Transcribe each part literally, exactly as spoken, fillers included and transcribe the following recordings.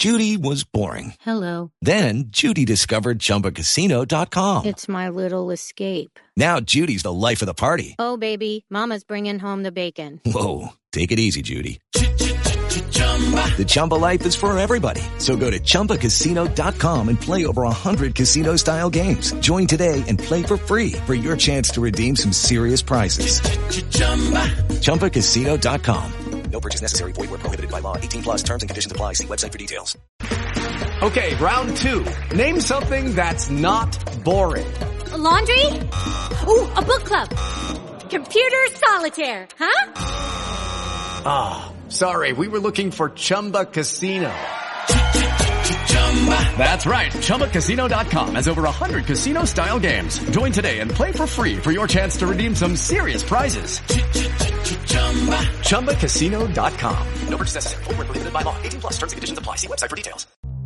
Judy was boring. Hello. Then Judy discovered Chumba Casino dot com. It's my little escape. Now Judy's the life of the party. Oh, baby, mama's bringing home the bacon. Whoa, take it easy, Judy. The Chumba life is for everybody. So go to Chumba Casino dot com and play over one hundred casino-style games. Join today and play for free for your chance to redeem some serious prizes. Chumba Casino dot com. No purchase necessary. Void where prohibited by law. eighteen plus terms and conditions apply. See website for details. Okay, round two. Name something that's not boring. A laundry? Ooh, a book club. Computer solitaire, huh? Ah, oh, sorry. We were looking for Chumba Casino. That's right. Chumba Casino dot com has over one hundred casino-style games. Join today and play for free for your chance to redeem some serious prizes. Chumba Casino dot com. No purchase necessary. Void where prohibited by law. eighteen plus terms and conditions apply. See website for details.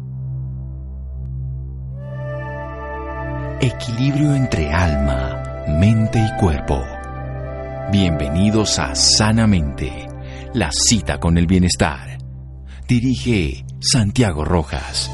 Equilibrio entre alma, mente y cuerpo. Bienvenidos a Sanamente, la cita con el bienestar. Dirige Santiago Rojas.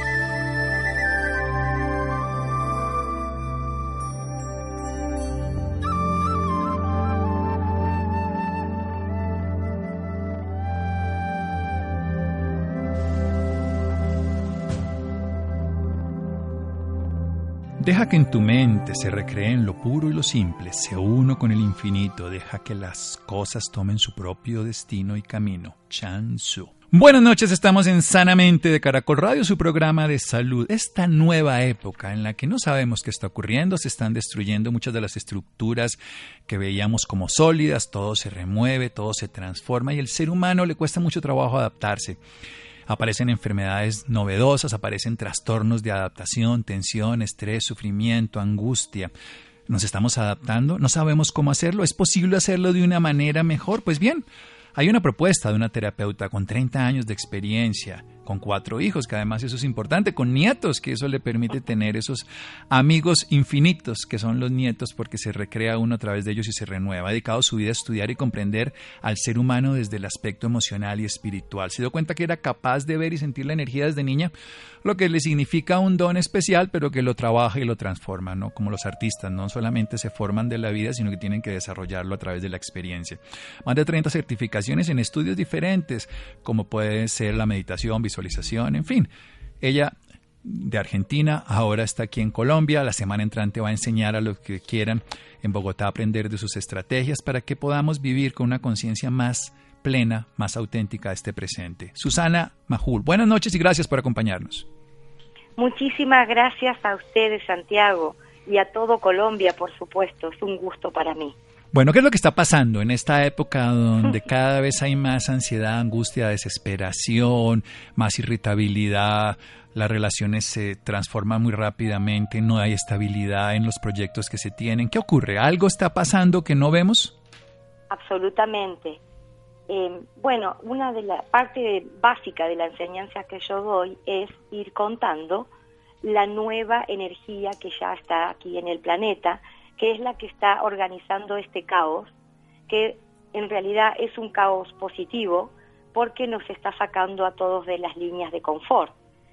Deja que en tu mente se recreen lo puro y lo simple, sé uno con el infinito, deja que las cosas tomen su propio destino y camino. Chan Tzu. Buenas noches, estamos en Sanamente de Caracol Radio, su programa de salud. Esta nueva época en la que no sabemos qué está ocurriendo, se están destruyendo muchas de las estructuras que veíamos como sólidas, todo se remueve, todo se transforma y al ser humano le cuesta mucho trabajo adaptarse. Aparecen enfermedades novedosas, aparecen trastornos de adaptación, tensión, estrés, sufrimiento, angustia. ¿Nos estamos adaptando? ¿No sabemos cómo hacerlo? ¿Es posible hacerlo de una manera mejor? Pues bien, hay una propuesta de una terapeuta con treinta años de experiencia, con cuatro hijos, que además eso es importante, con nietos, que eso le permite tener esos amigos infinitos que son los nietos porque se recrea uno a través de ellos y se renueva. Ha dedicado su vida a estudiar y comprender al ser humano desde el aspecto emocional y espiritual. Se dio cuenta que era capaz de ver y sentir la energía desde niña, lo que le significa un don especial, pero que lo trabaja y lo transforma, ¿no? Como los artistas, no solamente se forman de la vida, sino que tienen que desarrollarlo a través de la experiencia. Más de treinta certificaciones en estudios diferentes, como puede ser la meditación, visualización, en fin. Ella, de Argentina, ahora está aquí en Colombia. La semana entrante va a enseñar a los que quieran en Bogotá a aprender de sus estrategias para que podamos vivir con una conciencia más plena, más auténtica de este presente. Susana Majul, buenas noches y gracias por acompañarnos. Muchísimas gracias a ustedes, Santiago, y a todo Colombia, por supuesto. Es un gusto para mí. Bueno, ¿qué es lo que está pasando en esta época donde cada vez hay más ansiedad, angustia, desesperación, más irritabilidad? Las relaciones se transforman muy rápidamente, no hay estabilidad en los proyectos que se tienen. ¿Qué ocurre? ¿Algo está pasando que no vemos? Absolutamente. Eh, bueno, una de las partes básicas de la enseñanza que yo doy es ir contando la nueva energía que ya está aquí en el planeta, que es la que está organizando este caos, que en realidad es un caos positivo porque nos está sacando a todos de las líneas de confort.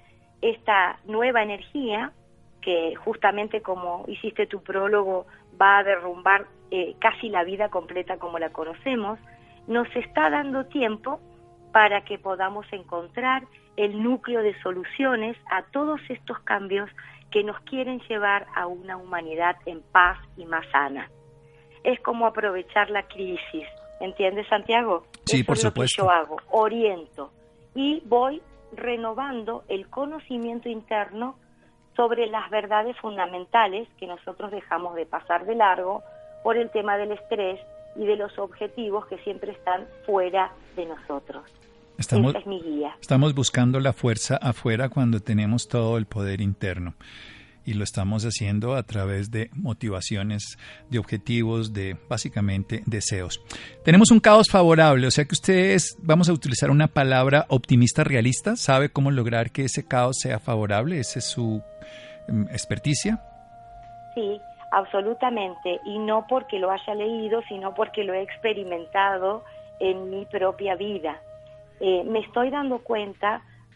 Esta nueva energía, que justamente como hiciste tu prólogo, va a derrumbar eh, casi la vida completa como la conocemos, nos está dando tiempo para que podamos encontrar el núcleo de soluciones a todos estos cambios que nos quieren llevar a una humanidad en paz y más sana. Es como aprovechar la crisis, ¿entiendes, Santiago? Sí, Eso por es lo supuesto. que yo hago, oriento y voy renovando el conocimiento interno sobre las verdades fundamentales que nosotros dejamos de pasar de largo por el tema del estrés y de los objetivos que siempre están fuera de nosotros. Estamos, Esa es mi guía. Estamos buscando la fuerza afuera cuando tenemos todo el poder interno. Y lo estamos haciendo a través de motivaciones, de objetivos, de básicamente deseos. Tenemos un caos favorable, o sea que ustedes, vamos a utilizar una palabra optimista realista, ¿sabe cómo lograr que ese caos sea favorable? ¿Esa es su um, experticia? Sí, absolutamente, y no porque lo haya leído, sino porque lo he experimentado en mi propia vida. Eh, me estoy dando cuenta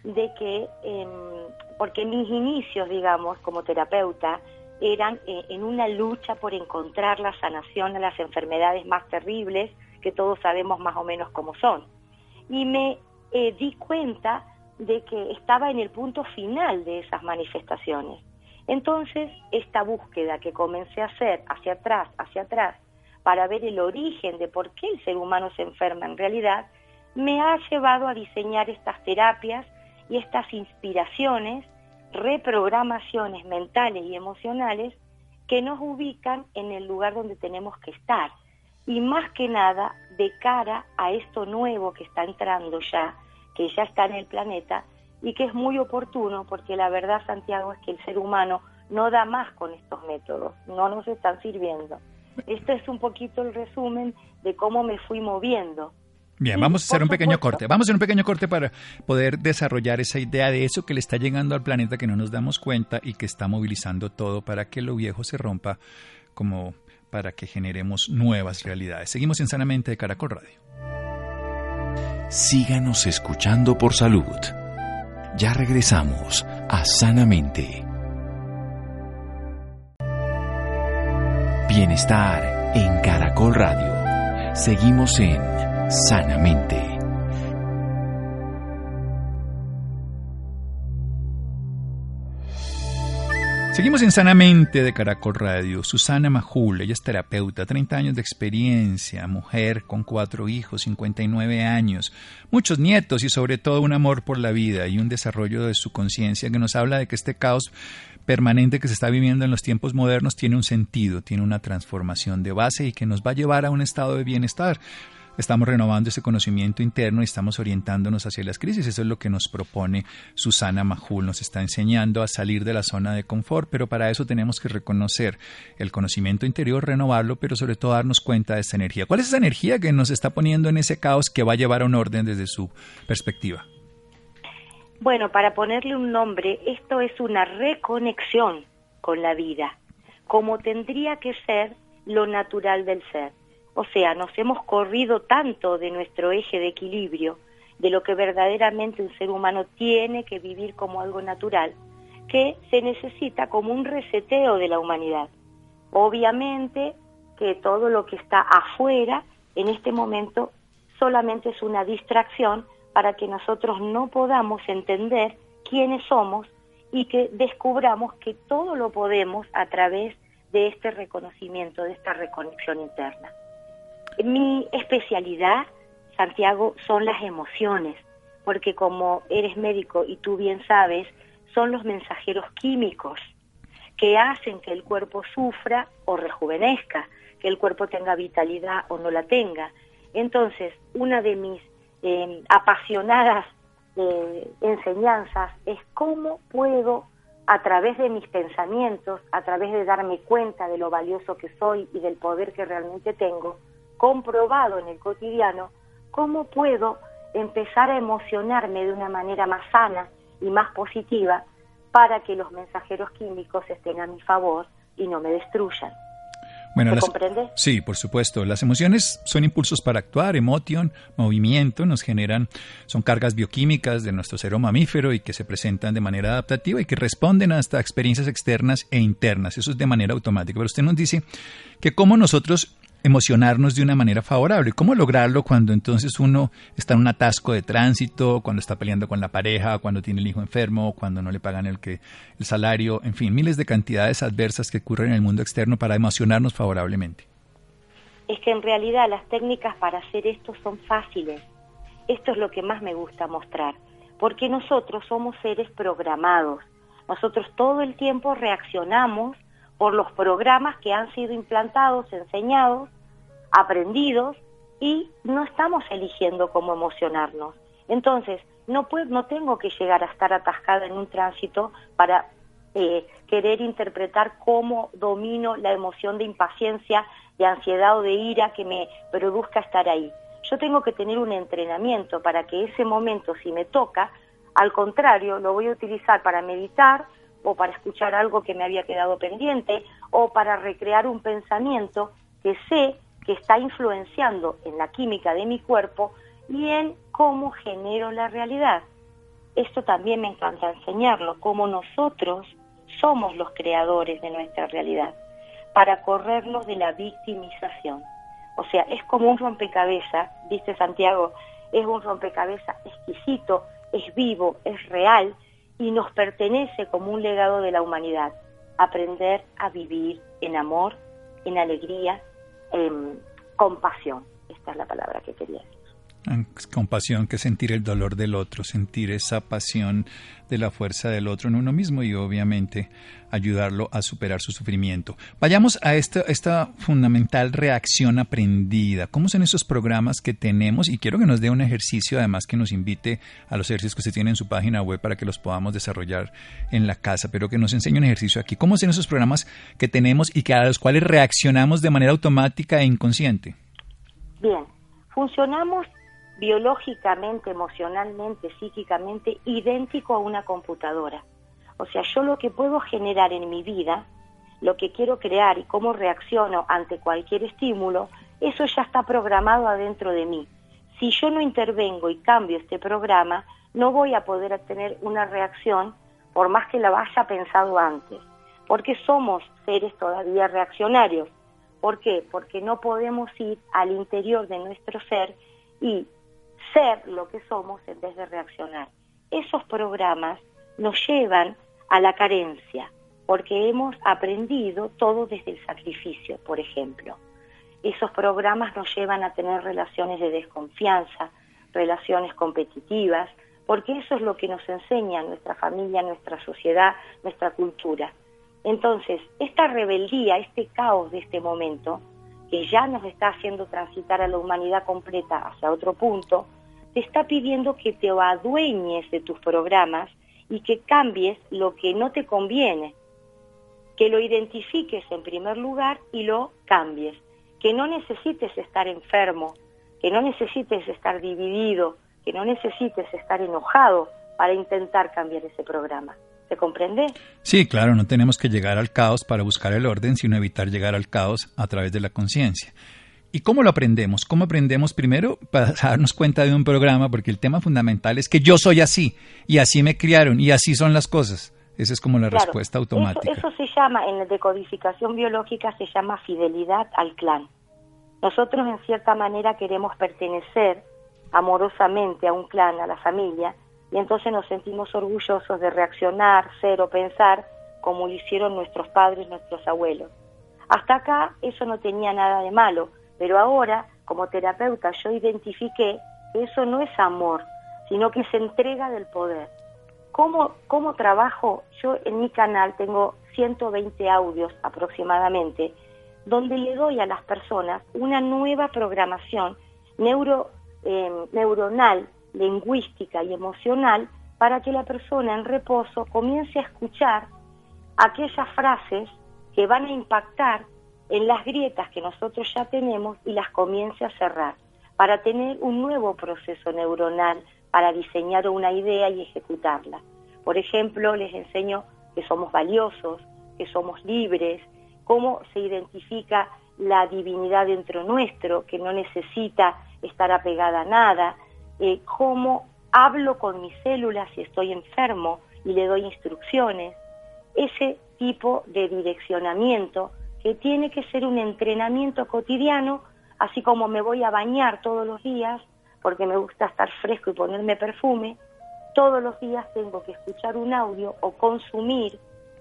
de que, eh, porque mis inicios, digamos, como terapeuta, eran eh, en una lucha por encontrar la sanación a las enfermedades más terribles, que todos sabemos más o menos cómo son. Y me eh, di cuenta de que estaba en el punto final de esas manifestaciones. Entonces, esta búsqueda que comencé a hacer hacia atrás, hacia atrás, para ver el origen de por qué el ser humano se enferma en realidad, me ha llevado a diseñar estas terapias y estas inspiraciones, reprogramaciones mentales y emocionales que nos ubican en el lugar donde tenemos que estar. Y más que nada, de cara a esto nuevo que está entrando ya, que ya está en el planeta, y que es muy oportuno, porque la verdad, Santiago, es que el ser humano no da más con estos métodos, no nos están sirviendo. Esto es un poquito el resumen de cómo me fui moviendo. Bien, y, vamos a hacer un pequeño supuesto, corte. Vamos a hacer un pequeño corte para poder desarrollar esa idea de eso que le está llegando al planeta, que no nos damos cuenta y que está movilizando todo para que lo viejo se rompa, como para que generemos nuevas realidades. Seguimos en Sanamente de Caracol Radio. Síganos escuchando por salud. Ya regresamos a Sanamente. Bienestar en Caracol Radio. Seguimos en Sanamente. Seguimos en Sanamente de Caracol Radio. Susana Majul, ella es terapeuta, treinta años de experiencia, mujer con cuatro hijos, cincuenta y nueve años, muchos nietos y sobre todo un amor por la vida y un desarrollo de su conciencia que nos habla de que este caos permanente que se está viviendo en los tiempos modernos tiene un sentido, tiene una transformación de base y que nos va a llevar a un estado de bienestar. Estamos renovando ese conocimiento interno y estamos orientándonos hacia las crisis. Eso es lo que nos propone Susana Majul. Nos está enseñando a salir de la zona de confort, pero para eso tenemos que reconocer el conocimiento interior, renovarlo, pero sobre todo darnos cuenta de esta energía. ¿Cuál es esa energía que nos está poniendo en ese caos que va a llevar a un orden desde su perspectiva? Bueno, para ponerle un nombre, esto es una reconexión con la vida, como tendría que ser lo natural del ser. O sea, nos hemos corrido tanto de nuestro eje de equilibrio, de lo que verdaderamente un ser humano tiene que vivir como algo natural, que se necesita como un reseteo de la humanidad. Obviamente que todo lo que está afuera, en este momento, solamente es una distracción para que nosotros no podamos entender quiénes somos y que descubramos que todo lo podemos a través de este reconocimiento, de esta reconexión interna. Mi especialidad, Santiago, son las emociones, porque como eres médico y tú bien sabes, son los mensajeros químicos que hacen que el cuerpo sufra o rejuvenezca, que el cuerpo tenga vitalidad o no la tenga. Entonces, una de mis eh, apasionadas eh, enseñanzas es cómo puedo, a través de mis pensamientos, a través de darme cuenta de lo valioso que soy y del poder que realmente tengo, comprobado en el cotidiano, cómo puedo empezar a emocionarme de una manera más sana y más positiva para que los mensajeros químicos estén a mi favor y no me destruyan. Bueno, ¿Se las, comprende? Sí, por supuesto. Las emociones son impulsos para actuar, emoción, movimiento, nos generan, son cargas bioquímicas de nuestro cerebro mamífero y que se presentan de manera adaptativa y que responden hasta experiencias externas e internas. Eso es de manera automática. Pero usted nos dice que cómo nosotros emocionarnos de una manera favorable. ¿Cómo lograrlo cuando entonces uno está en un atasco de tránsito, cuando está peleando con la pareja, cuando tiene el hijo enfermo, cuando no le pagan el, que, el salario, en fin, miles de cantidades adversas que ocurren en el mundo externo para emocionarnos favorablemente? Es que en realidad las técnicas para hacer esto son fáciles. Esto es lo que más me gusta mostrar, porque nosotros somos seres programados. Nosotros todo el tiempo reaccionamos por los programas que han sido implantados, enseñados, aprendidos, y no estamos eligiendo cómo emocionarnos. Entonces, no puedo, no tengo que llegar a estar atascada en un tránsito para eh, querer interpretar cómo domino la emoción de impaciencia, de ansiedad o de ira que me produzca estar ahí. Yo tengo que tener un entrenamiento para que ese momento, si me toca, al contrario, lo voy a utilizar para meditar, o para escuchar algo que me había quedado pendiente, o para recrear un pensamiento que sé que está influenciando en la química de mi cuerpo y en cómo genero la realidad. esto también me encanta enseñarlo, como nosotros somos los creadores de nuestra realidad, para corrernos de la victimización. O sea, es como un rompecabezas, dice Santiago, es un rompecabezas exquisito, es vivo, es real y nos pertenece como un legado de la humanidad. Aprender a vivir en amor, en alegría, en compasión. Esta es la palabra que quería decir. Compasión, que sentir el dolor del otro, sentir esa pasión de la fuerza del otro en uno mismo y obviamente ayudarlo a superar su sufrimiento. Vayamos a esta, esta fundamental reacción aprendida. ¿Cómo son esos programas que tenemos? Y quiero que nos dé un ejercicio, además que nos invite a los ejercicios que usted tiene en su página web para que los podamos desarrollar en la casa, pero que nos enseñe un ejercicio aquí. ¿Cómo son esos programas que tenemos y que a los cuales reaccionamos de manera automática e inconsciente? Bien, funcionamos biológicamente, emocionalmente, psíquicamente, idéntico a una computadora. O sea, yo lo que puedo generar en mi vida, lo que quiero crear y cómo reacciono ante cualquier estímulo, eso ya está programado adentro de mí. Si yo no intervengo y cambio este programa, no voy a poder tener una reacción por más que la haya pensado antes, porque somos seres todavía reaccionarios. ¿Por qué? Porque no podemos ir al interior de nuestro ser y ser lo que somos en vez de reaccionar. Esos programas nos llevan a la carencia, porque hemos aprendido todo desde el sacrificio, por ejemplo. Esos programas nos llevan a tener relaciones de desconfianza, relaciones competitivas, porque eso es lo que nos enseña nuestra familia, nuestra sociedad, nuestra cultura. Entonces, esta rebeldía, este caos de este momento, que ya nos está haciendo transitar a la humanidad completa hacia otro punto, te está pidiendo que te adueñes de tus programas y que cambies lo que no te conviene, que lo identifiques en primer lugar y lo cambies, que no necesites estar enfermo, que no necesites estar dividido, que no necesites estar enojado para intentar cambiar ese programa. ¿Se comprende? Sí, claro, no tenemos que llegar al caos para buscar el orden, sino evitar llegar al caos a través de la conciencia. ¿Y cómo lo aprendemos? ¿Cómo aprendemos? Primero, para darnos cuenta de un programa, porque el tema fundamental es que yo soy así, y así me criaron, y así son las cosas. Esa es como la claro, respuesta automática. Eso, eso se llama, en la decodificación biológica, se llama fidelidad al clan. Nosotros, en cierta manera, queremos pertenecer amorosamente a un clan, a la familia, y entonces nos sentimos orgullosos de reaccionar, ser o pensar como lo hicieron nuestros padres, nuestros abuelos. Hasta acá eso no tenía nada de malo, pero ahora, como terapeuta, yo identifiqué que eso no es amor, sino que es entrega del poder. ¿Cómo, cómo trabajo? Yo en mi canal tengo ciento veinte audios aproximadamente, donde le doy a las personas una nueva programación neuro, eh, neuronal, lingüística y emocional para que la persona en reposo comience a escuchar aquellas frases que van a impactar en las grietas que nosotros ya tenemos y las comience a cerrar, para tener un nuevo proceso neuronal para diseñar una idea y ejecutarla. Por ejemplo, les enseño que somos valiosos, que somos libres, cómo se identifica la divinidad dentro nuestro, que no necesita estar apegada a nada, eh, cómo hablo con mis células si estoy enfermo y le doy instrucciones, ese tipo de direccionamiento que tiene que ser un entrenamiento cotidiano, así como me voy a bañar todos los días, porque me gusta estar fresco y ponerme perfume, todos los días tengo que escuchar un audio o consumir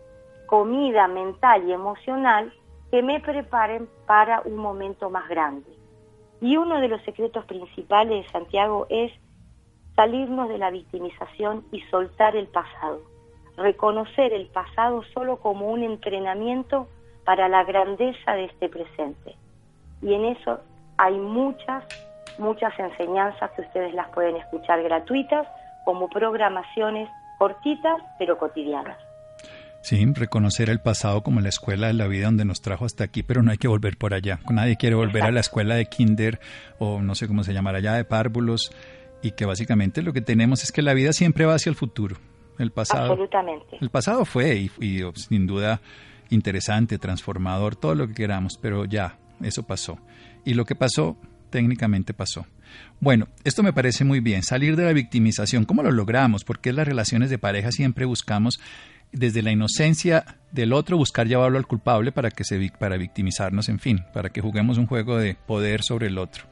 comida mental y emocional que me preparen para un momento más grande. Y uno de los secretos principales, Santiago, es salirnos de la victimización y soltar el pasado. Reconocer el pasado solo como un entrenamiento para la grandeza de este presente. Y en eso hay muchas, muchas enseñanzas que ustedes las pueden escuchar gratuitas, como programaciones cortitas pero cotidianas. Sí, reconocer el pasado como la escuela de la vida donde nos trajo hasta aquí, pero no hay que volver por allá. Nadie quiere volver Exacto. a la escuela de kinder o no sé cómo se llamará allá, de párvulos, y que básicamente lo que tenemos es que la vida siempre va hacia el futuro. El pasado, Absolutamente. El pasado fue y, y sin duda interesante, transformador, todo lo que queramos, pero ya, eso pasó. Y lo que pasó, técnicamente pasó. Bueno, esto me parece muy bien, salir de la victimización. ¿Cómo lo logramos? Porque en las relaciones de pareja siempre buscamos, desde la inocencia del otro, buscar llevarlo al culpable para que se para victimizarnos, en fin, para que juguemos un juego de poder sobre el otro.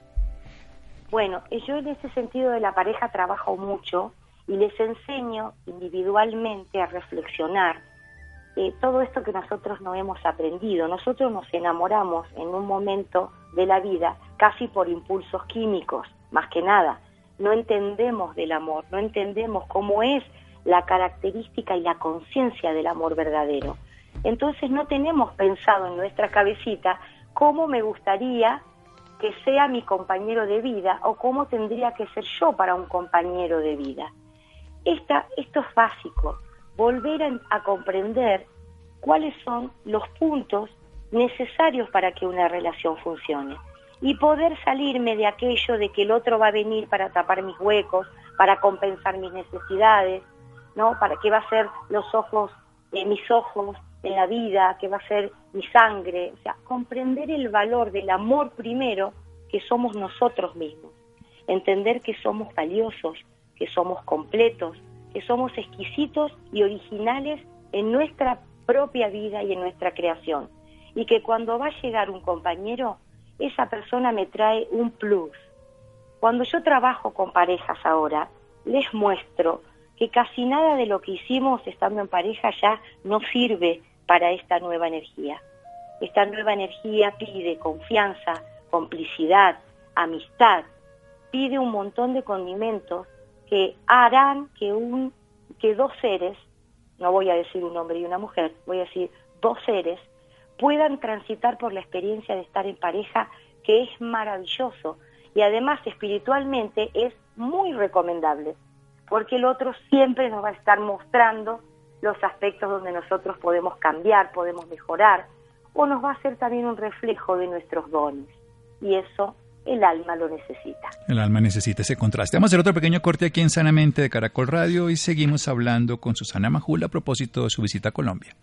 Bueno, yo en ese sentido de la pareja trabajo mucho y les enseño individualmente a reflexionar eh, todo esto que nosotros no hemos aprendido. Nosotros nos enamoramos en un momento de la vida casi por impulsos químicos, más que nada. No entendemos del amor, no entendemos cómo es la característica y la conciencia del amor verdadero. Entonces no tenemos pensado en nuestra cabecita cómo me gustaría que sea mi compañero de vida o cómo tendría que ser yo para un compañero de vida. Esta, esto es básico, volver a, a comprender cuáles son los puntos necesarios para que una relación funcione y poder salirme de aquello de que el otro va a venir para tapar mis huecos, para compensar mis necesidades, ¿no? Para que va a ser los ojos, eh, mis ojos en la vida, que va a ser mi sangre, o sea, comprender el valor del amor primero, que somos nosotros mismos, entender que somos valiosos, que somos completos, que somos exquisitos y originales en nuestra propia vida y en nuestra creación, y que cuando va a llegar un compañero, esa persona me trae un plus. Cuando yo trabajo con parejas ahora, les muestro que casi nada de lo que hicimos estando en pareja ya no sirve para esta nueva energía. Esta nueva energía pide confianza, complicidad, amistad, pide un montón de condimentos que harán que, un, que dos seres, no voy a decir un hombre y una mujer, voy a decir dos seres, puedan transitar por la experiencia de estar en pareja, que es maravilloso y además espiritualmente es muy recomendable, porque el otro siempre nos va a estar mostrando los aspectos donde nosotros podemos cambiar, podemos mejorar, o nos va a ser también un reflejo de nuestros dones. Y eso el alma lo necesita. El alma necesita ese contraste. Vamos a hacer otro pequeño corte aquí en Sanamente de Caracol Radio y seguimos hablando con Susana Majul a propósito de su visita a Colombia.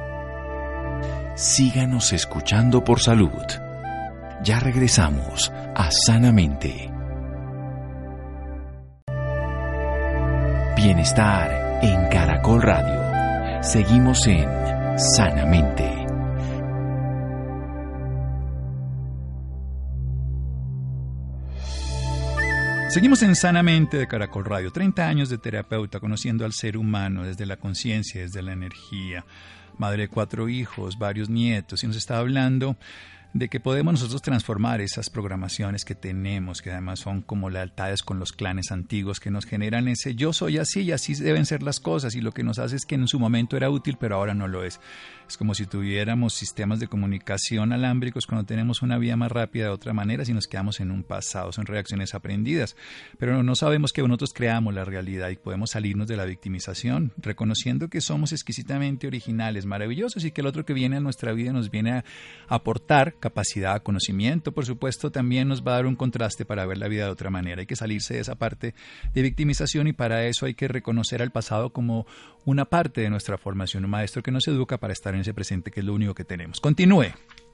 Síganos escuchando por salud. Ya regresamos a Sanamente. Bienestar en Caracol Radio. Seguimos en Sanamente. Seguimos en Sanamente de Caracol Radio. treinta años de terapeuta, conociendo al ser humano desde la conciencia, desde la energía. Madre de cuatro hijos, varios nietos, y nos está hablando de que podemos nosotros transformar esas programaciones que tenemos, que además son como lealtades con los clanes antiguos que nos generan ese yo soy así y así deben ser las cosas, y lo que nos hace es que en su momento era útil pero ahora no lo es. Es como si tuviéramos sistemas de comunicación alámbricos cuando tenemos una vía más rápida de otra manera, si nos quedamos en un pasado, son reacciones aprendidas, pero no sabemos que nosotros creamos la realidad y podemos salirnos de la victimización, reconociendo que somos exquisitamente originales, maravillosos, y que el otro que viene a nuestra vida nos viene a aportar capacidad, conocimiento, por supuesto, también nos va a dar un contraste para ver la vida de otra manera. Hay que salirse de esa parte de victimización y para eso hay que reconocer al pasado como una parte de nuestra formación, un maestro que nos educa para estar en ese presente, que es lo único que tenemos. Continúe.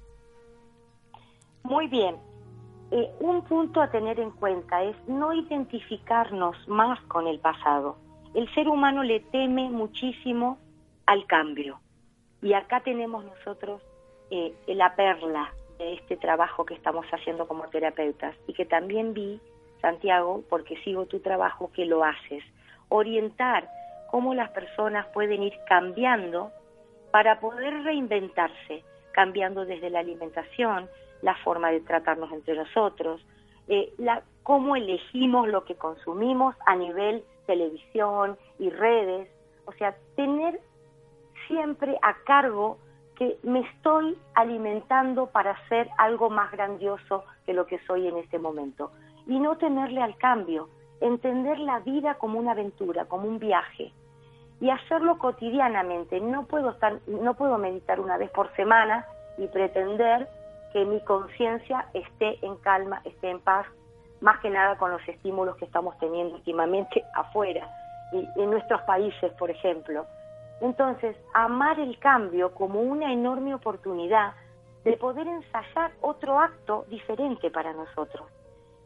Muy bien. Eh, un punto a tener en cuenta es no identificarnos más con el pasado. El ser humano le teme muchísimo al cambio. Y acá tenemos nosotros eh, la perla de este trabajo que estamos haciendo como terapeutas y que también vi, Santiago, porque sigo tu trabajo, que lo haces. Orientar cómo las personas pueden ir cambiando para poder reinventarse, cambiando desde la alimentación, la forma de tratarnos entre nosotros, eh, la, cómo elegimos lo que consumimos a nivel televisión y redes, o sea, tener siempre a cargo que me estoy alimentando para ser algo más grandioso que lo que soy en este momento, y no temerle al cambio, entender la vida como una aventura, como un viaje, y hacerlo cotidianamente. No puedo estar, no puedo meditar una vez por semana y pretender que mi conciencia esté en calma, esté en paz, más que nada con los estímulos que estamos teniendo últimamente afuera, y en nuestros países, por ejemplo. Entonces, amar el cambio como una enorme oportunidad de poder ensayar otro acto diferente para nosotros.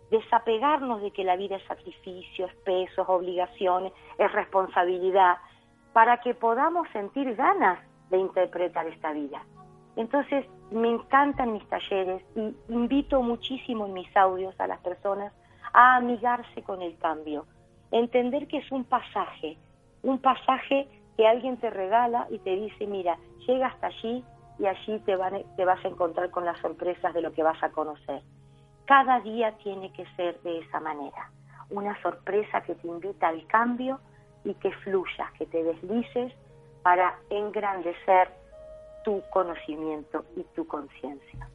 desapegarnos de que la vida es sacrificio, es peso, es obligaciones, es responsabilidad, para que podamos sentir ganas de interpretar esta vida. Entonces, me encantan mis talleres y invito muchísimo en mis audios a las personas a amigarse con el cambio, entender que es un pasaje, un pasaje que alguien te regala y te dice, mira, llega hasta allí y allí te, van, te vas a encontrar con las sorpresas de lo que vas a conocer. Cada día tiene que ser de esa manera, una sorpresa que te invita al cambio y que fluyas, que te deslices para engrandecer tu conocimiento y tu conciencia.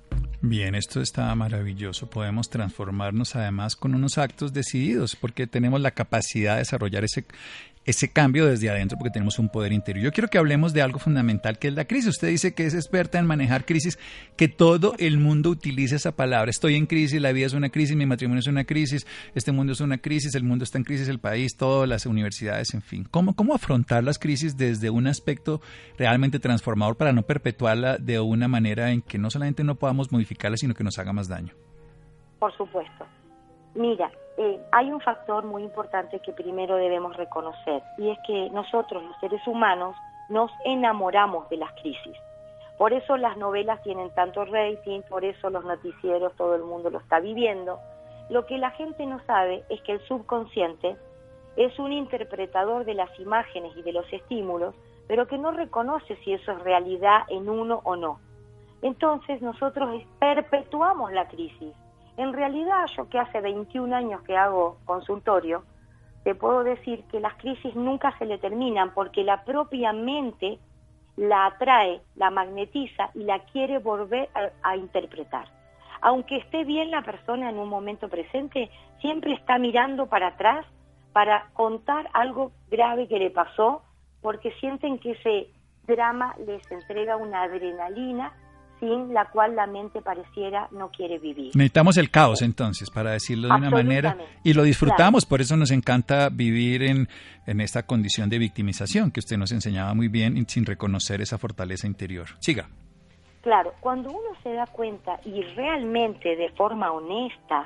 Bien, esto está maravilloso. Podemos transformarnos además con unos actos decididos porque tenemos la capacidad de desarrollar ese, ese cambio desde adentro porque tenemos un poder interior. Yo quiero que hablemos de algo fundamental que es la crisis. Usted dice que es experta en manejar crisis, que todo el mundo utiliza esa palabra. Estoy en crisis, la vida es una crisis, mi matrimonio es una crisis, este mundo es una crisis, el mundo está en crisis, el país, todas las universidades, en fin. ¿Cómo, cómo afrontar las crisis desde un aspecto realmente transformador para no perpetuarla de una manera en que no solamente no podamos modificarla, sino que nos haga más daño? Por supuesto. Mira, eh, hay un factor muy importante que primero debemos reconocer, y es que nosotros, los seres humanos, nos enamoramos de las crisis. Por eso las novelas tienen tanto rating, por eso los noticieros, todo el mundo lo está viviendo. Lo que la gente no sabe es que el subconsciente es un interpretador de las imágenes y de los estímulos, pero que no reconoce si eso es realidad en uno o no. Entonces nosotros perpetuamos la crisis. En realidad, yo que hace veintiún años que hago consultorio, te puedo decir que las crisis nunca se le terminan porque la propia mente la atrae, la magnetiza y la quiere volver a, a interpretar. Aunque esté bien la persona en un momento presente, siempre está mirando para atrás para contar algo grave que le pasó, porque sienten que ese drama les entrega una adrenalina sin la cual la mente pareciera no quiere vivir. Necesitamos el caos entonces, para decirlo de una manera, y lo disfrutamos, claro. Por eso nos encanta vivir en, en esta condición de victimización que usted nos enseñaba muy bien, sin reconocer esa fortaleza interior. Siga. Claro, cuando uno se da cuenta y realmente de forma honesta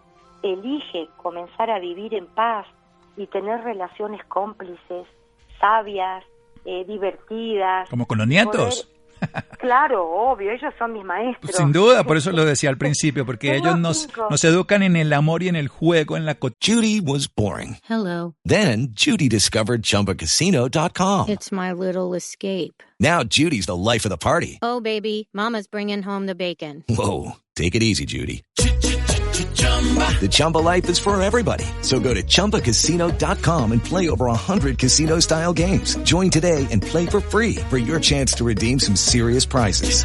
elige comenzar a vivir en paz y tener relaciones cómplices, sabias, eh, divertidas. Como con los nietos. Poder... Claro, obvio, ellos son mis maestros. Sin duda, por eso lo decía al principio, porque ellos nos, nos educan en el amor y en el juego, en la... Co- Judy was boring. Hello. Then Judy discovered Chumba Casino dot com. It's my little escape. Now Judy's the life of the party. Oh, baby, mama's bringing home the bacon. Whoa, take it easy, Judy. The Chumba life is for everybody. So go to Chumba Casino dot com and play over one hundred casino-style games. Join today and play for free for your chance to redeem some serious prizes.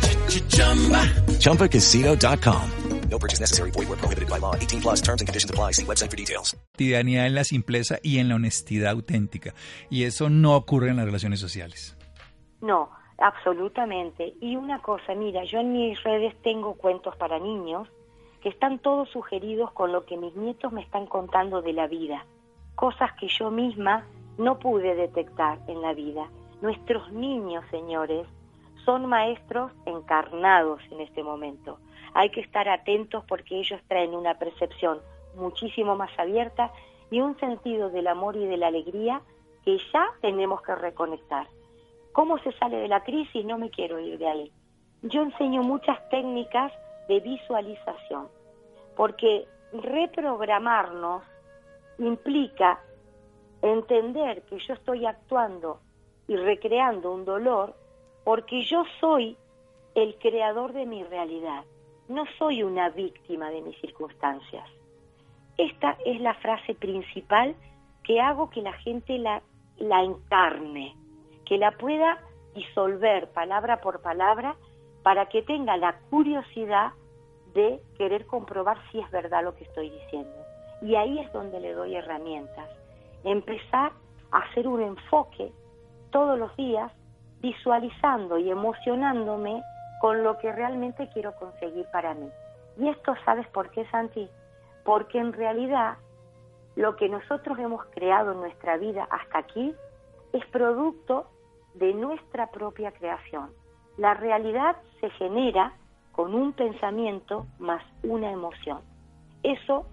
Chumba Casino dot com. No purchase necessary. Void where prohibited by law. eighteen plus terms and conditions apply. See website for details. Cotidianidad en la simpleza y en la honestidad auténtica. Y eso no ocurre en las relaciones sociales. No, absolutamente. Y una cosa, mira, yo en mis redes tengo cuentos para niños que están todos sugeridos con lo que mis nietos me están contando de la vida, cosas que yo misma no pude detectar en la vida. Nuestros niños, señores, son maestros encarnados en este momento. Hay que estar atentos porque ellos traen una percepción muchísimo más abierta y un sentido del amor y de la alegría que ya tenemos que reconectar. ¿Cómo se sale de la crisis? No me quiero ir de ahí. Yo enseño muchas técnicas de visualización, porque reprogramarnos implica entender que yo estoy actuando y recreando un dolor porque yo soy el creador de mi realidad, no soy una víctima de mis circunstancias. Esta es la frase principal que hago que la gente la, la encarne, que la pueda disolver palabra por palabra para que tenga la curiosidad de querer comprobar si es verdad lo que estoy diciendo. Y ahí es donde le doy herramientas. Empezar a hacer un enfoque todos los días, visualizando y emocionándome con lo que realmente quiero conseguir para mí. Y esto, ¿sabes por qué, Santi? Porque en realidad lo que nosotros hemos creado en nuestra vida hasta aquí es producto de nuestra propia creación. La realidad se genera con un pensamiento más una emoción. Eso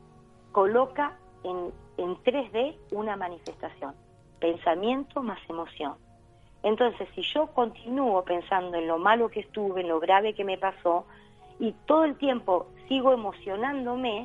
coloca en, en tres D una manifestación, pensamiento más emoción. Entonces, si yo continúo pensando en lo malo que estuve, en lo grave que me pasó, y todo el tiempo sigo emocionándome,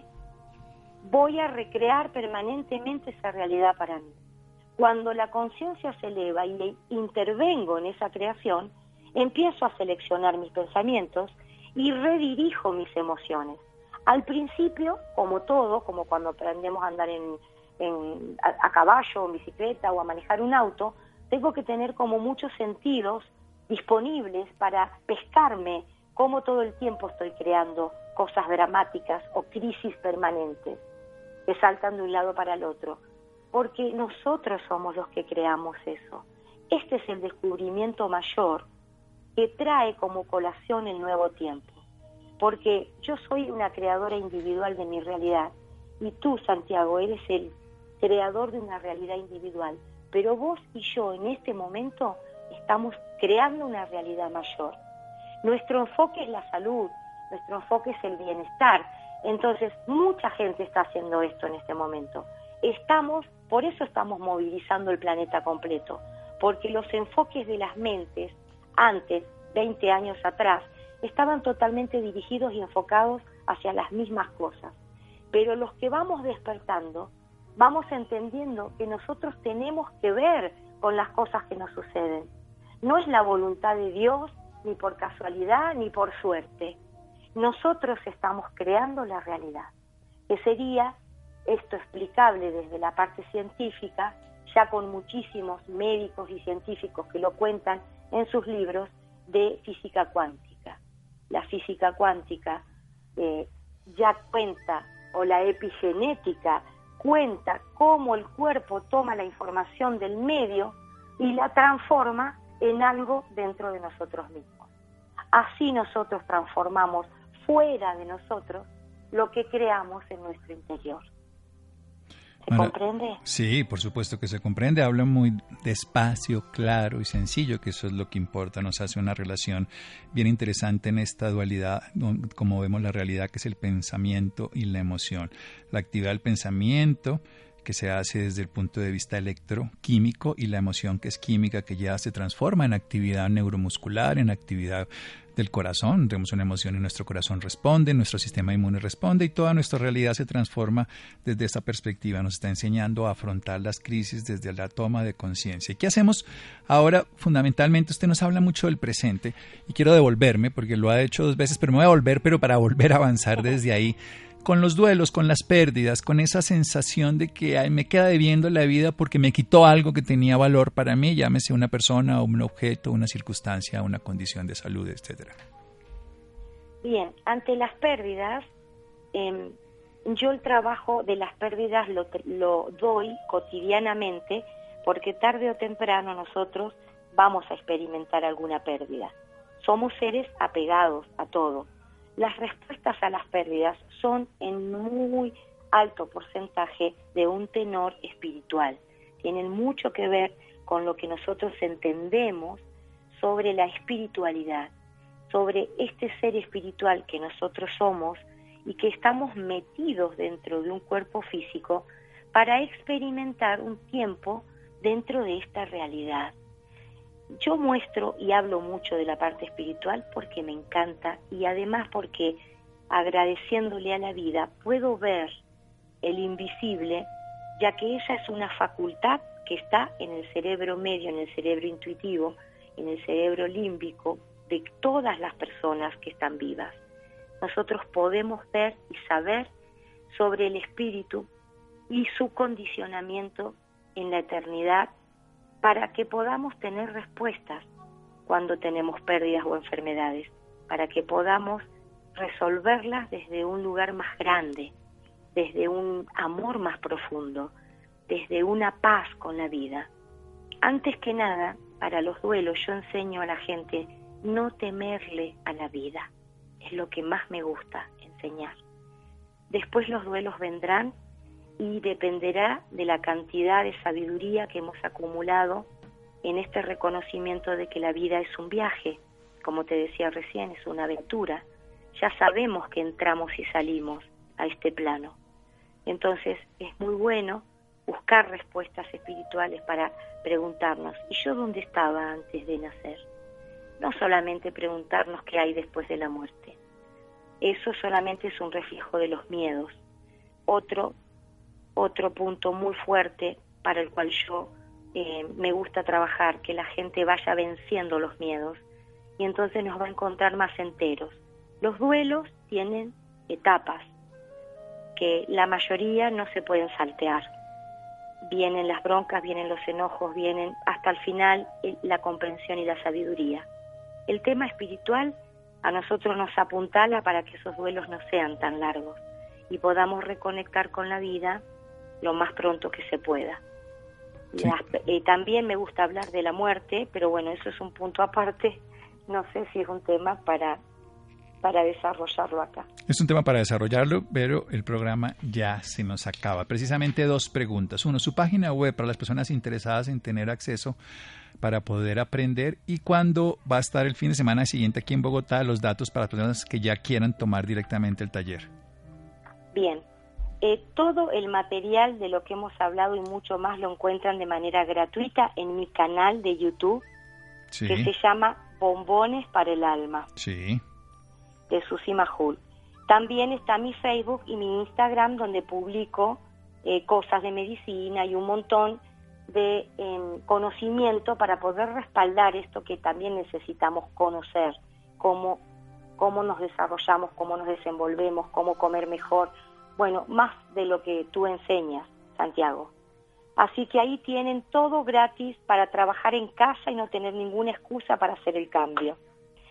voy a recrear permanentemente esa realidad para mí. Cuando la conciencia se eleva y intervengo en esa creación, empiezo a seleccionar mis pensamientos y redirijo mis emociones. Al principio, como todo, como cuando aprendemos a andar en, en, a, a caballo, en bicicleta o a manejar un auto, tengo que tener como muchos sentidos disponibles para pescarme cómo todo el tiempo estoy creando cosas dramáticas o crisis permanentes que saltan de un lado para el otro. Porque nosotros somos los que creamos eso. Este es el descubrimiento mayor que trae como colación el nuevo tiempo. Porque yo soy una creadora individual de mi realidad y tú, Santiago, eres el creador de una realidad individual. Pero vos y yo en este momento estamos creando una realidad mayor. Nuestro enfoque es la salud, nuestro enfoque es el bienestar. Entonces, mucha gente está haciendo esto en este momento. Estamos, por eso estamos movilizando el planeta completo, porque los enfoques de las mentes, antes, veinte años atrás, estaban totalmente dirigidos y enfocados hacia las mismas cosas. Pero los que vamos despertando, vamos entendiendo que nosotros tenemos que ver con las cosas que nos suceden. No es la voluntad de Dios, ni por casualidad, ni por suerte. Nosotros estamos creando la realidad, que sería esto explicable desde la parte científica, ya con muchísimos médicos y científicos que lo cuentan en sus libros de física cuántica. La física cuántica eh, ya cuenta, o la epigenética, cuenta cómo el cuerpo toma la información del medio y la transforma en algo dentro de nosotros mismos. Así nosotros transformamos fuera de nosotros lo que creamos en nuestro interior. ¿Se bueno, comprende? Sí, por supuesto que se comprende. Habla muy despacio, claro y sencillo, que eso es lo que importa. Nos hace una relación bien interesante en esta dualidad, como vemos la realidad, que es el pensamiento y la emoción. La actividad del pensamiento, que se hace desde el punto de vista electroquímico, y la emoción, que es química, que ya se transforma en actividad neuromuscular, en actividad del corazón. Tenemos una emoción y nuestro corazón responde, nuestro sistema inmune responde, y toda nuestra realidad se transforma desde esa perspectiva. Nos está enseñando a afrontar las crisis desde la toma de conciencia. ¿Y qué hacemos ahora? Fundamentalmente, usted nos habla mucho del presente, y quiero devolverme, porque lo ha hecho dos veces, pero me voy a volver, pero para volver a avanzar desde ahí, con los duelos, con las pérdidas, con esa sensación de que ay, me queda debiendo la vida porque me quitó algo que tenía valor para mí, llámese una persona, un objeto, una circunstancia, una condición de salud, etcétera. Bien, ante las pérdidas, eh, yo el trabajo de las pérdidas lo, lo doy cotidianamente, porque tarde o temprano nosotros vamos a experimentar alguna pérdida. Somos seres apegados a todo. Las respuestas a las pérdidas son en muy alto porcentaje de un tenor espiritual. Tienen mucho que ver con lo que nosotros entendemos sobre la espiritualidad, sobre este ser espiritual que nosotros somos y que estamos metidos dentro de un cuerpo físico para experimentar un tiempo dentro de esta realidad. Yo muestro y hablo mucho de la parte espiritual porque me encanta, y además porque, agradeciéndole a la vida, puedo ver el invisible, ya que esa es una facultad que está en el cerebro medio, en el cerebro intuitivo, en el cerebro límbico de todas las personas que están vivas. Nosotros podemos ver y saber sobre el espíritu y su condicionamiento en la eternidad, para que podamos tener respuestas cuando tenemos pérdidas o enfermedades, para que podamos resolverlas desde un lugar más grande, desde un amor más profundo, desde una paz con la vida. Antes que nada, para los duelos yo enseño a la gente no temerle a la vida. Es lo que más me gusta enseñar. Después los duelos vendrán, y dependerá de la cantidad de sabiduría que hemos acumulado en este reconocimiento de que la vida es un viaje, como te decía recién, es una aventura. Ya sabemos que entramos y salimos, a este plano. Entonces es muy bueno buscar respuestas espirituales para preguntarnos, ¿y yo dónde estaba antes de nacer? No solamente preguntarnos qué hay después de la muerte. Eso solamente es un reflejo de los miedos. Otro, otro punto muy fuerte para el cual yo eh, me gusta trabajar, que la gente vaya venciendo los miedos y entonces nos va a encontrar más enteros. Los duelos tienen etapas que la mayoría no se pueden saltear. Vienen las broncas, vienen los enojos, vienen hasta el final la comprensión y la sabiduría. El tema espiritual a nosotros nos apuntala para que esos duelos no sean tan largos y podamos reconectar con la vida lo más pronto que se pueda. Sí. Las, eh, también me gusta hablar de la muerte, pero bueno, eso es un punto aparte. No sé si es un tema para... para desarrollarlo acá. Es un tema para desarrollarlo, pero el programa ya se nos acaba. Precisamente dos preguntas. Uno, su página web para las personas interesadas en tener acceso para poder aprender, y cuándo va a estar el fin de semana siguiente aquí en Bogotá, los datos para las personas que ya quieran tomar directamente el taller. Bien, eh, todo el material de lo que hemos hablado y mucho más lo encuentran de manera gratuita en mi canal de YouTube, sí, que se llama Bombones para el Alma. Sí. De Susi Majul. También está mi Facebook y mi Instagram, donde publico eh, cosas de medicina y un montón de eh, conocimiento para poder respaldar esto que también necesitamos conocer, cómo, cómo nos desarrollamos, cómo nos desenvolvemos, cómo comer mejor, bueno, más de lo que tú enseñas, Santiago. Así que ahí tienen todo gratis para trabajar en casa y no tener ninguna excusa para hacer el cambio.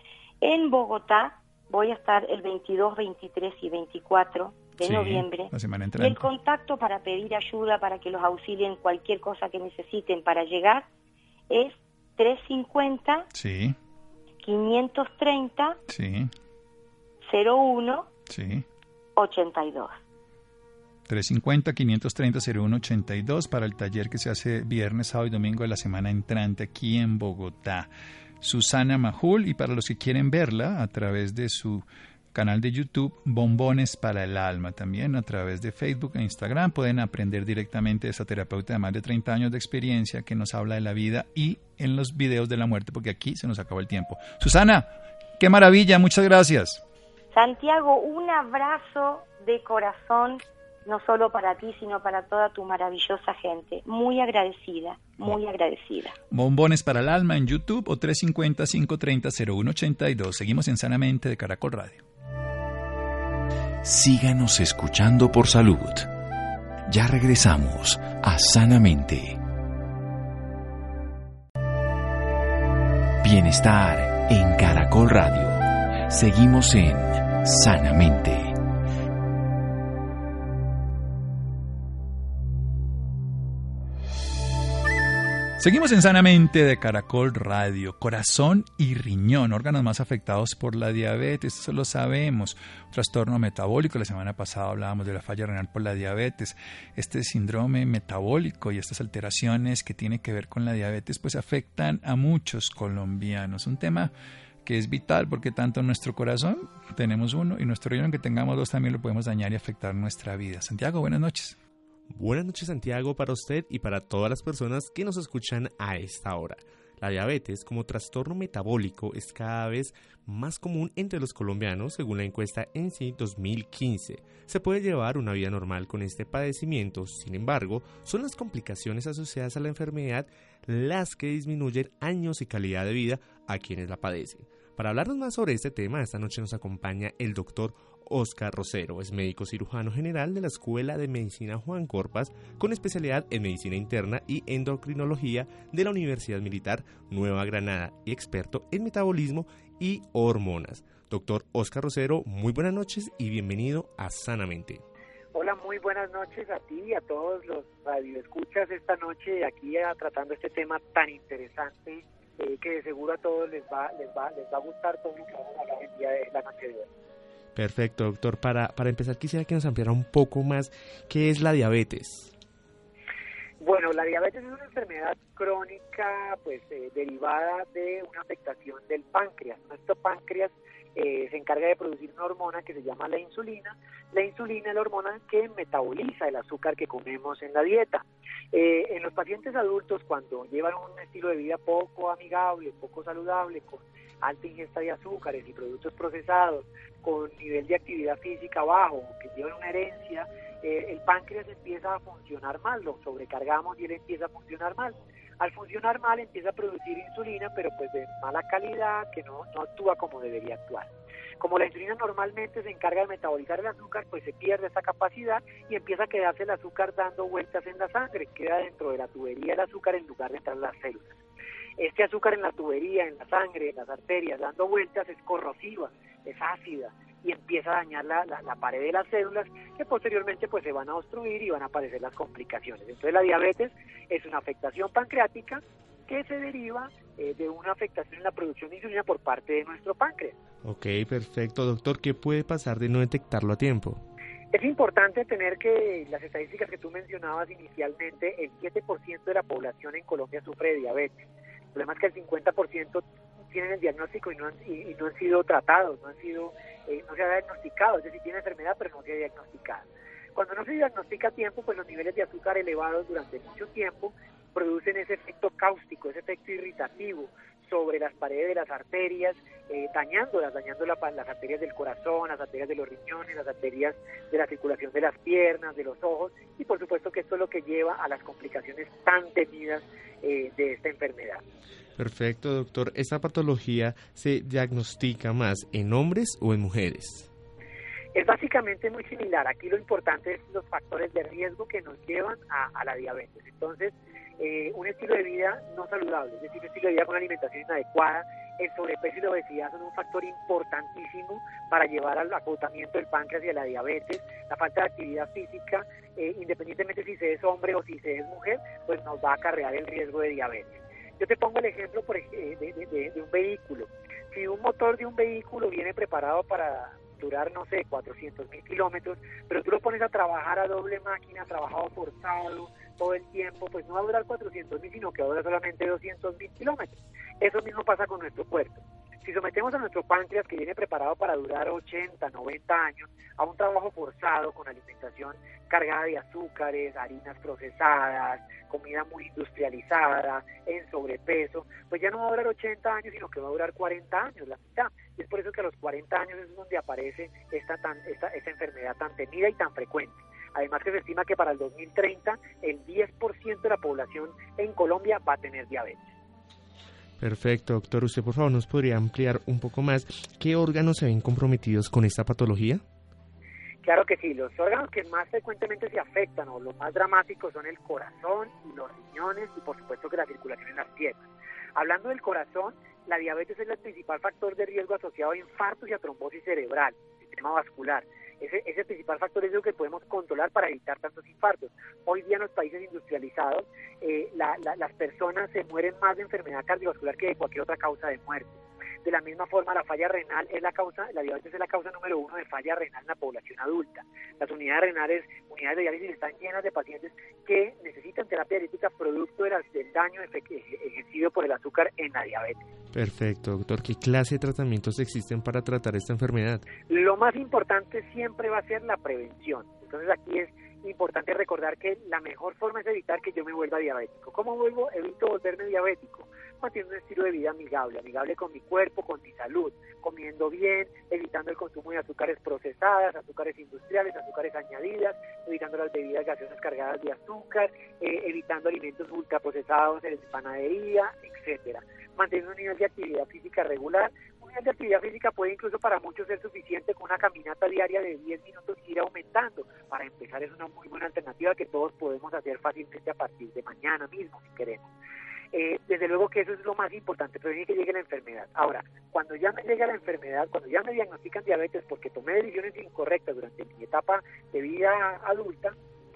En Bogotá voy a estar el veintidós, veintitrés y veinticuatro de sí, noviembre. La semana y el contacto para pedir ayuda, para que los auxilien cualquier cosa que necesiten para llegar, es trescientos cincuenta, sí, quinientos treinta, sí, cero uno, sí, ochenta y dos. trescientos cincuenta, quinientos treinta, cero uno ochenta y dos para el taller que se hace viernes, sábado y domingo de la semana entrante aquí en Bogotá. Susana Majul, y para los que quieren verla a través de su canal de YouTube, Bombones para el Alma, también a través de Facebook e Instagram pueden aprender directamente de esta terapeuta de más de treinta años de experiencia que nos habla de la vida y en los videos de la muerte, porque aquí se nos acabó el tiempo. Susana, qué maravilla, muchas gracias. Santiago, un abrazo de corazón, no solo para ti, sino para toda tu maravillosa gente. Muy agradecida, muy oh. agradecida. Bombones para el Alma en YouTube o trescientos cincuenta, quinientos treinta, cero uno ochenta y dos. Seguimos en Sanamente de Caracol Radio. Síganos escuchando por salud. Ya regresamos a Sanamente. Bienestar en Caracol Radio. Seguimos en Sanamente. Seguimos en Sanamente de Caracol Radio. Corazón y riñón, órganos más afectados por la diabetes, eso lo sabemos. Trastorno metabólico, la semana pasada hablábamos de la falla renal por la diabetes. Este síndrome metabólico y estas alteraciones que tienen que ver con la diabetes pues afectan a muchos colombianos. Un tema que es vital porque tanto nuestro corazón, tenemos uno, y nuestro riñón, que tengamos dos, también lo podemos dañar y afectar nuestra vida. Santiago, buenas noches. Buenas noches, Santiago, para usted y para todas las personas que nos escuchan a esta hora. La diabetes como trastorno metabólico es cada vez más común entre los colombianos, según la encuesta E N S I dos mil quince. Se puede llevar una vida normal con este padecimiento, sin embargo, son las complicaciones asociadas a la enfermedad las que disminuyen años y calidad de vida a quienes la padecen. Para hablarnos más sobre este tema, esta noche nos acompaña el doctor Óscar Rosero, es médico cirujano general de la Escuela de Medicina Juan Corpas, con especialidad en medicina interna y endocrinología de la Universidad Militar Nueva Granada y experto en metabolismo y hormonas. Doctor Óscar Rosero, muy buenas noches y bienvenido a Sanamente. Hola, muy buenas noches a ti y a todos los radioescuchas esta noche aquí a, tratando este tema tan interesante eh, que de seguro a todos les va, les va, les va a gustar todo lo que vamos a hablar el día de la noche de hoy. Perfecto, doctor. Para, para empezar, quisiera que nos ampliara un poco más qué es la diabetes. Bueno, la diabetes es una enfermedad crónica pues eh, derivada de una afectación del páncreas. Nuestro páncreas eh, se encarga de producir una hormona que se llama la insulina. La insulina es la hormona que metaboliza el azúcar que comemos en la dieta. Eh, en los pacientes adultos, cuando llevan un estilo de vida poco amigable, poco saludable, con alta ingesta de azúcares y productos procesados, con nivel de actividad física bajo, que llevan una herencia, eh, el páncreas empieza a funcionar mal, lo sobrecargamos y él empieza a funcionar mal. Al funcionar mal empieza a producir insulina, pero pues de mala calidad, que no, no actúa como debería actuar. Como la insulina normalmente se encarga de metabolizar el azúcar, pues se pierde esa capacidad y empieza a quedarse el azúcar dando vueltas en la sangre, queda dentro de la tubería el azúcar en lugar de entrar en las células. Este azúcar en la tubería, en la sangre, en las arterias, dando vueltas, es corrosiva, es ácida y empieza a dañar la, la, la pared de las células, que posteriormente pues se van a obstruir y van a aparecer las complicaciones. Entonces la diabetes es una afectación pancreática que se deriva eh, de una afectación en la producción de insulina por parte de nuestro páncreas. Ok, perfecto. Doctor, ¿qué puede pasar de no detectarlo a tiempo? Es importante tener que las estadísticas que tú mencionabas inicialmente, el siete por ciento de la población en Colombia sufre de diabetes. El problema es que el cincuenta por ciento tienen el diagnóstico y no han, y, y no han sido tratados, no han sido, eh, no se ha diagnosticado, es decir, tiene enfermedad pero no se ha diagnosticado. Cuando no se diagnostica a tiempo, pues los niveles de azúcar elevados durante mucho tiempo producen ese efecto cáustico, ese efecto irritativo sobre las paredes de las arterias, eh, dañándolas, dañando la, las arterias del corazón, las arterias de los riñones, las arterias de la circulación de las piernas, de los ojos, y por supuesto que esto es lo que lleva a las complicaciones tan temidas eh, de esta enfermedad. Perfecto, doctor. ¿Esta patología se diagnostica más en hombres o en mujeres? Es básicamente muy similar. Aquí lo importante es los factores de riesgo que nos llevan a, a la diabetes. Entonces, eh, un estilo de vida no saludable, es decir, un estilo de vida con una alimentación inadecuada, el sobrepeso y la obesidad son un factor importantísimo para llevar al agotamiento del páncreas y a la diabetes. La falta de actividad física, eh, independientemente si se es hombre o si se es mujer, pues nos va a acarrear el riesgo de diabetes. Yo te pongo el ejemplo por ej- de, de, de, de un vehículo. Si un motor de un vehículo viene preparado para durar, no sé, cuatrocientos mil kilómetros, pero tú lo pones a trabajar a doble máquina, trabajado forzado todo el tiempo, pues no va a durar cuatrocientos mil, sino que va a durar solamente doscientos mil kilómetros. Eso mismo pasa con nuestro cuerpo. Si sometemos a nuestro páncreas, que viene preparado para durar ochenta, noventa años, a un trabajo forzado con alimentación cargada de azúcares, harinas procesadas, comida muy industrializada, en sobrepeso, pues ya no va a durar ochenta años, sino que va a durar cuarenta años, la mitad. Y es por eso que a los cuarenta años es donde aparece esta, tan, esta, esta enfermedad tan temida y tan frecuente. Además que se estima que para el dos mil treinta el diez por ciento de la población en Colombia va a tener diabetes. Perfecto, doctor. ¿Usted por favor nos podría ampliar un poco más qué órganos se ven comprometidos con esta patología? Claro que sí, los órganos que más frecuentemente se afectan o los más dramáticos son el corazón y los riñones y por supuesto que la circulación en las piernas. Hablando del corazón, la diabetes es el principal factor de riesgo asociado a infartos y a trombosis cerebral, sistema vascular. Ese, ese principal factor es lo que podemos controlar para evitar tantos infartos. Hoy día en los países industrializados, eh, la, la, las personas se mueren más de enfermedad cardiovascular que de cualquier otra causa de muerte. De la misma forma, la falla renal es la causa, la diabetes es la causa número uno de falla renal en la población adulta. Las unidades renales, unidades de diálisis están llenas de pacientes que necesitan terapia diurética producto de la, del daño ejercido por el azúcar en la diabetes. Perfecto, doctor. ¿Qué clase de tratamientos existen para tratar esta enfermedad? Lo más importante siempre va a ser la prevención. Entonces aquí es importante recordar que la mejor forma es evitar que yo me vuelva diabético. ¿Cómo vuelvo? Evito volverme diabético. Manteniendo un estilo de vida amigable, amigable con mi cuerpo, con mi salud, comiendo bien, evitando el consumo de azúcares procesadas, azúcares industriales, azúcares añadidas, evitando las bebidas gaseosas cargadas de azúcar, eh, evitando alimentos ultraprocesados en panadería, etcétera. Manteniendo un nivel de actividad física regular. Un nivel de actividad física puede incluso para muchos ser suficiente con una caminata diaria de diez minutos y ir aumentando. Para empezar es una muy buena alternativa que todos podemos hacer fácilmente a partir de mañana mismo si queremos. Eh, desde luego que eso es lo más importante, prevenir que llegue la enfermedad. Ahora, cuando ya me llega la enfermedad, cuando ya me diagnostican diabetes porque tomé decisiones incorrectas durante mi etapa de vida adulta,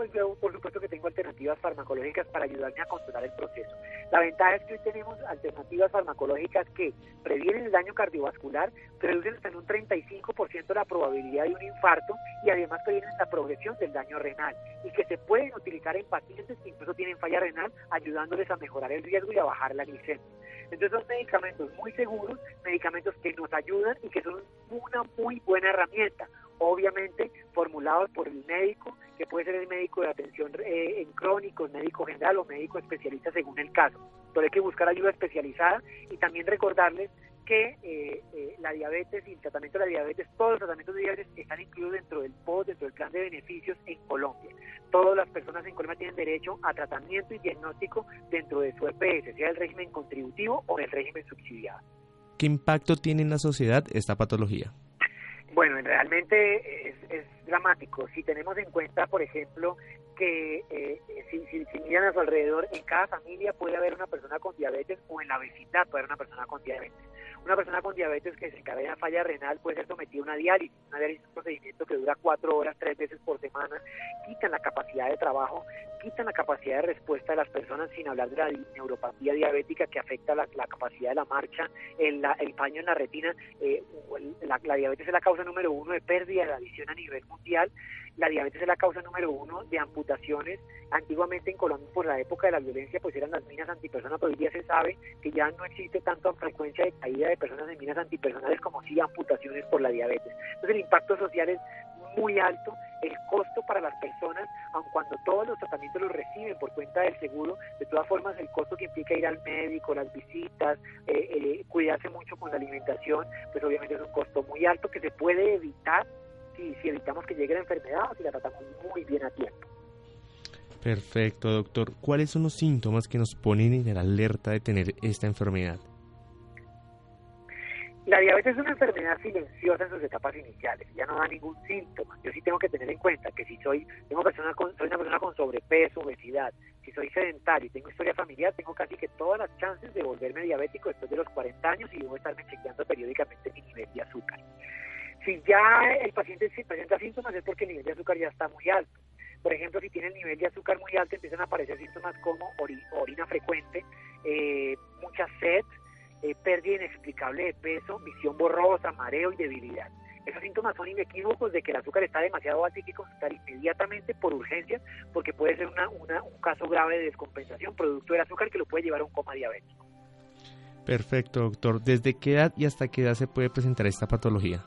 pues yo por supuesto que tengo alternativas farmacológicas para ayudarme a controlar el proceso. La ventaja es que hoy tenemos alternativas farmacológicas que previenen el daño cardiovascular, reducen hasta en un treinta y cinco por ciento la probabilidad de un infarto y además previenen la progresión del daño renal y que se pueden utilizar en pacientes que incluso tienen falla renal, ayudándoles a mejorar el riesgo y a bajar la glicemia. Entonces son medicamentos muy seguros, medicamentos que nos ayudan y que son una muy buena herramienta, obviamente formulados por el médico, que puede ser el médico de atención eh, en crónicos, médico general o médico especialista según el caso. Entonces hay que buscar ayuda especializada y también recordarles que eh, eh, la diabetes y el tratamiento de la diabetes, todos los tratamientos de diabetes están incluidos dentro del P O D, dentro del plan de beneficios en Colombia. Todas las personas en Colombia tienen derecho a tratamiento y diagnóstico dentro de su E P S, sea el régimen contributivo o el régimen subsidiado. ¿Qué impacto tiene en la sociedad esta patología? Bueno, realmente es, es dramático. Si tenemos en cuenta, por ejemplo, que eh, si, si, si miran a su alrededor, en cada familia puede haber una persona con diabetes o en la vecindad puede haber una persona con diabetes. Una persona con diabetes que desencadena falla renal puede ser sometida a una diálisis. Una diálisis es un procedimiento que dura cuatro horas, tres veces por semana, quitan la capacidad de trabajo, quitan la capacidad de respuesta de las personas, sin hablar de la neuropatía diabética que afecta la, la capacidad de la marcha, el, la, el paño en la retina. Eh, la, la diabetes es la causa número uno de pérdida de la visión a nivel mundial. La diabetes es la causa número uno de amputaciones. Antiguamente en Colombia, por la época de la violencia, pues eran las minas antipersonas, pero hoy día se sabe que ya no existe tanta frecuencia de caída de personas en minas antipersonales como sí amputaciones por la diabetes. Entonces el impacto social es muy alto, el costo para las personas, aun cuando todos los tratamientos los reciben por cuenta del seguro, de todas formas el costo que implica ir al médico, las visitas, eh, eh, cuidarse mucho con la alimentación, pues obviamente es un costo muy alto que se puede evitar si, si evitamos que llegue la enfermedad o si la tratamos muy bien a tiempo. Perfecto, doctor. ¿Cuáles son los síntomas que nos ponen en la alerta de tener esta enfermedad? La diabetes es una enfermedad silenciosa en sus etapas iniciales, ya no da ningún síntoma. Yo sí tengo que tener en cuenta que si soy, tengo persona con, soy una persona con sobrepeso, obesidad, si soy sedentario y tengo historia familiar, tengo casi que todas las chances de volverme diabético después de los cuarenta años y debo estarme chequeando periódicamente mi nivel de azúcar. Si ya el paciente presenta síntomas es porque el nivel de azúcar ya está muy alto. Por ejemplo, si tiene el nivel de azúcar muy alto, empiezan a aparecer síntomas como ori- orina frecuente, eh, mucha sed, eh, pérdida inexplicable de peso, visión borrosa, mareo y debilidad. Esos síntomas son inequívocos de que el azúcar está demasiado alto y hay que consultar inmediatamente por urgencia, porque puede ser una, una, un caso grave de descompensación producto del azúcar que lo puede llevar a un coma diabético. Perfecto, doctor. ¿Desde qué edad y hasta qué edad se puede presentar esta patología?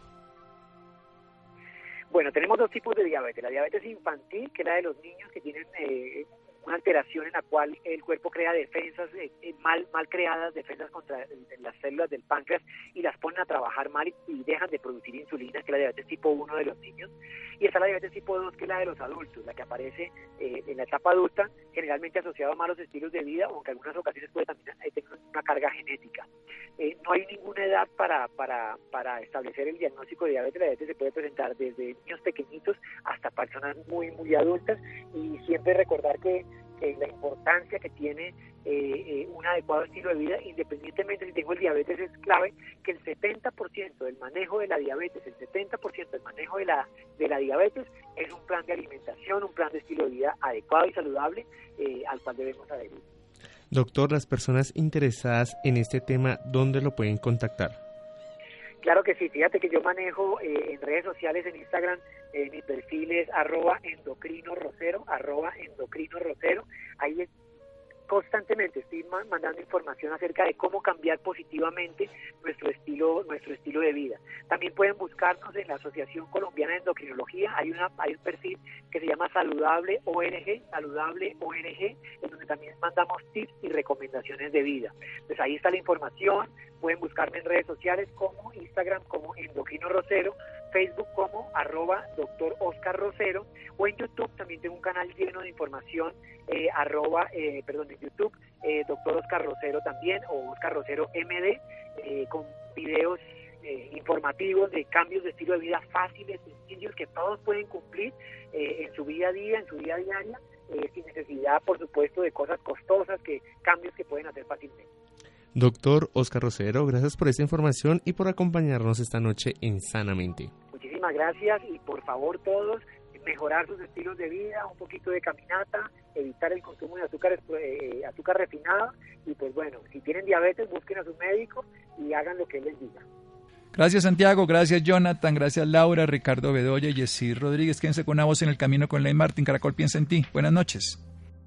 Bueno, tenemos dos tipos de diabetes. La diabetes infantil, que es la de los niños que tienen eh, una alteración en la cual el cuerpo crea defensas eh, mal mal creadas, defensas contra las células del páncreas y las ponen a trabajar mal y, y dejan de producir insulina, que es la diabetes tipo uno de los niños. Y está la diabetes tipo dos, que es la de los adultos, la que aparece eh, en la etapa adulta, generalmente asociada a malos estilos de vida, aunque en algunas ocasiones puede también eh, tener una carga genética. Eh, no hay ninguna edad para, para, para establecer el diagnóstico de diabetes. La diabetes se puede presentar desde niños pequeñitos hasta personas muy, muy adultas, y siempre recordar que eh, la importancia que tiene eh, eh, un adecuado estilo de vida, independientemente si tengo el diabetes, es clave que el setenta por ciento del manejo de la diabetes, el setenta por ciento del manejo de la, de la diabetes es un plan de alimentación, un plan de estilo de vida adecuado y saludable eh, al cual debemos adherir. Doctor, las personas interesadas en este tema, ¿dónde lo pueden contactar? Claro que sí, fíjate que yo manejo eh, en redes sociales, en Instagram, eh, mi perfil es arroba endocrino rosero, arroba endocrino rosero, ahí es, constantemente estoy mandando información acerca de cómo cambiar positivamente nuestro estilo nuestro estilo de vida. También pueden buscarnos en la Asociación Colombiana de Endocrinología, hay una hay un perfil que se llama Saludable O R G, Saludable O R G, en donde también mandamos tips y recomendaciones de vida. Pues ahí está la información, pueden buscarme en redes sociales como Instagram como Endocrino Rosero, Facebook como arroba doctor Oscar Rosero, o en YouTube también tengo un canal lleno de información, eh, arroba, eh, perdón, en YouTube, eh, doctor Oscar Rosero también, o Oscar Rosero M D, eh, con videos eh, informativos de cambios de estilo de vida fáciles, sencillos, que todos pueden cumplir eh, en su vida a día, en su vida diaria, eh, sin necesidad, por supuesto, de cosas costosas, que cambios que pueden hacer fácilmente. Doctor Oscar Rosero, gracias por esta información y por acompañarnos esta noche en Sanamente. Muchísimas gracias, y por favor todos mejorar sus estilos de vida, un poquito de caminata, evitar el consumo de azúcar, eh, azúcar refinada, y pues bueno, si tienen diabetes, busquen a su médico y hagan lo que él les diga. Gracias, Santiago, gracias, Jonathan, gracias, Laura, Ricardo Bedoya y Jessy Rodríguez. Quédense con Una Voz en el Camino con Ley Martín. Caracol piensa en ti. Buenas noches.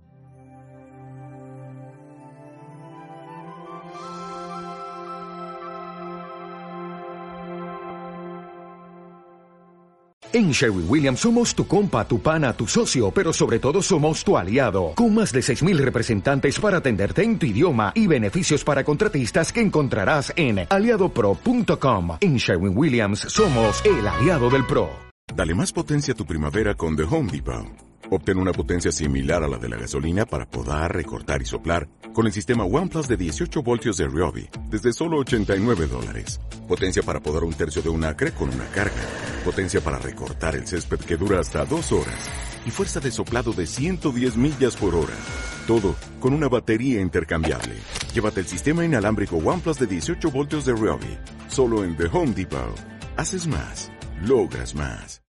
En Sherwin-Williams somos tu compa, tu pana, tu socio, pero sobre todo somos tu aliado, con más de seis mil representantes para atenderte en tu idioma y beneficios para contratistas que encontrarás en aliado pro punto com. En Sherwin-Williams somos el aliado del pro. Dale más potencia a tu primavera con The Home Depot. Obtén una potencia similar a la de la gasolina para podar, recortar y soplar con el sistema OnePlus de dieciocho voltios de Ryobi desde solo ochenta y nueve dólares. Potencia para podar un tercio de un acre con una carga. Potencia para recortar el césped que dura hasta dos horas. Y fuerza de soplado de ciento diez millas por hora. Todo con una batería intercambiable. Llévate el sistema inalámbrico OnePlus de dieciocho voltios de Ryobi. Solo en The Home Depot. Haces más. Logras más.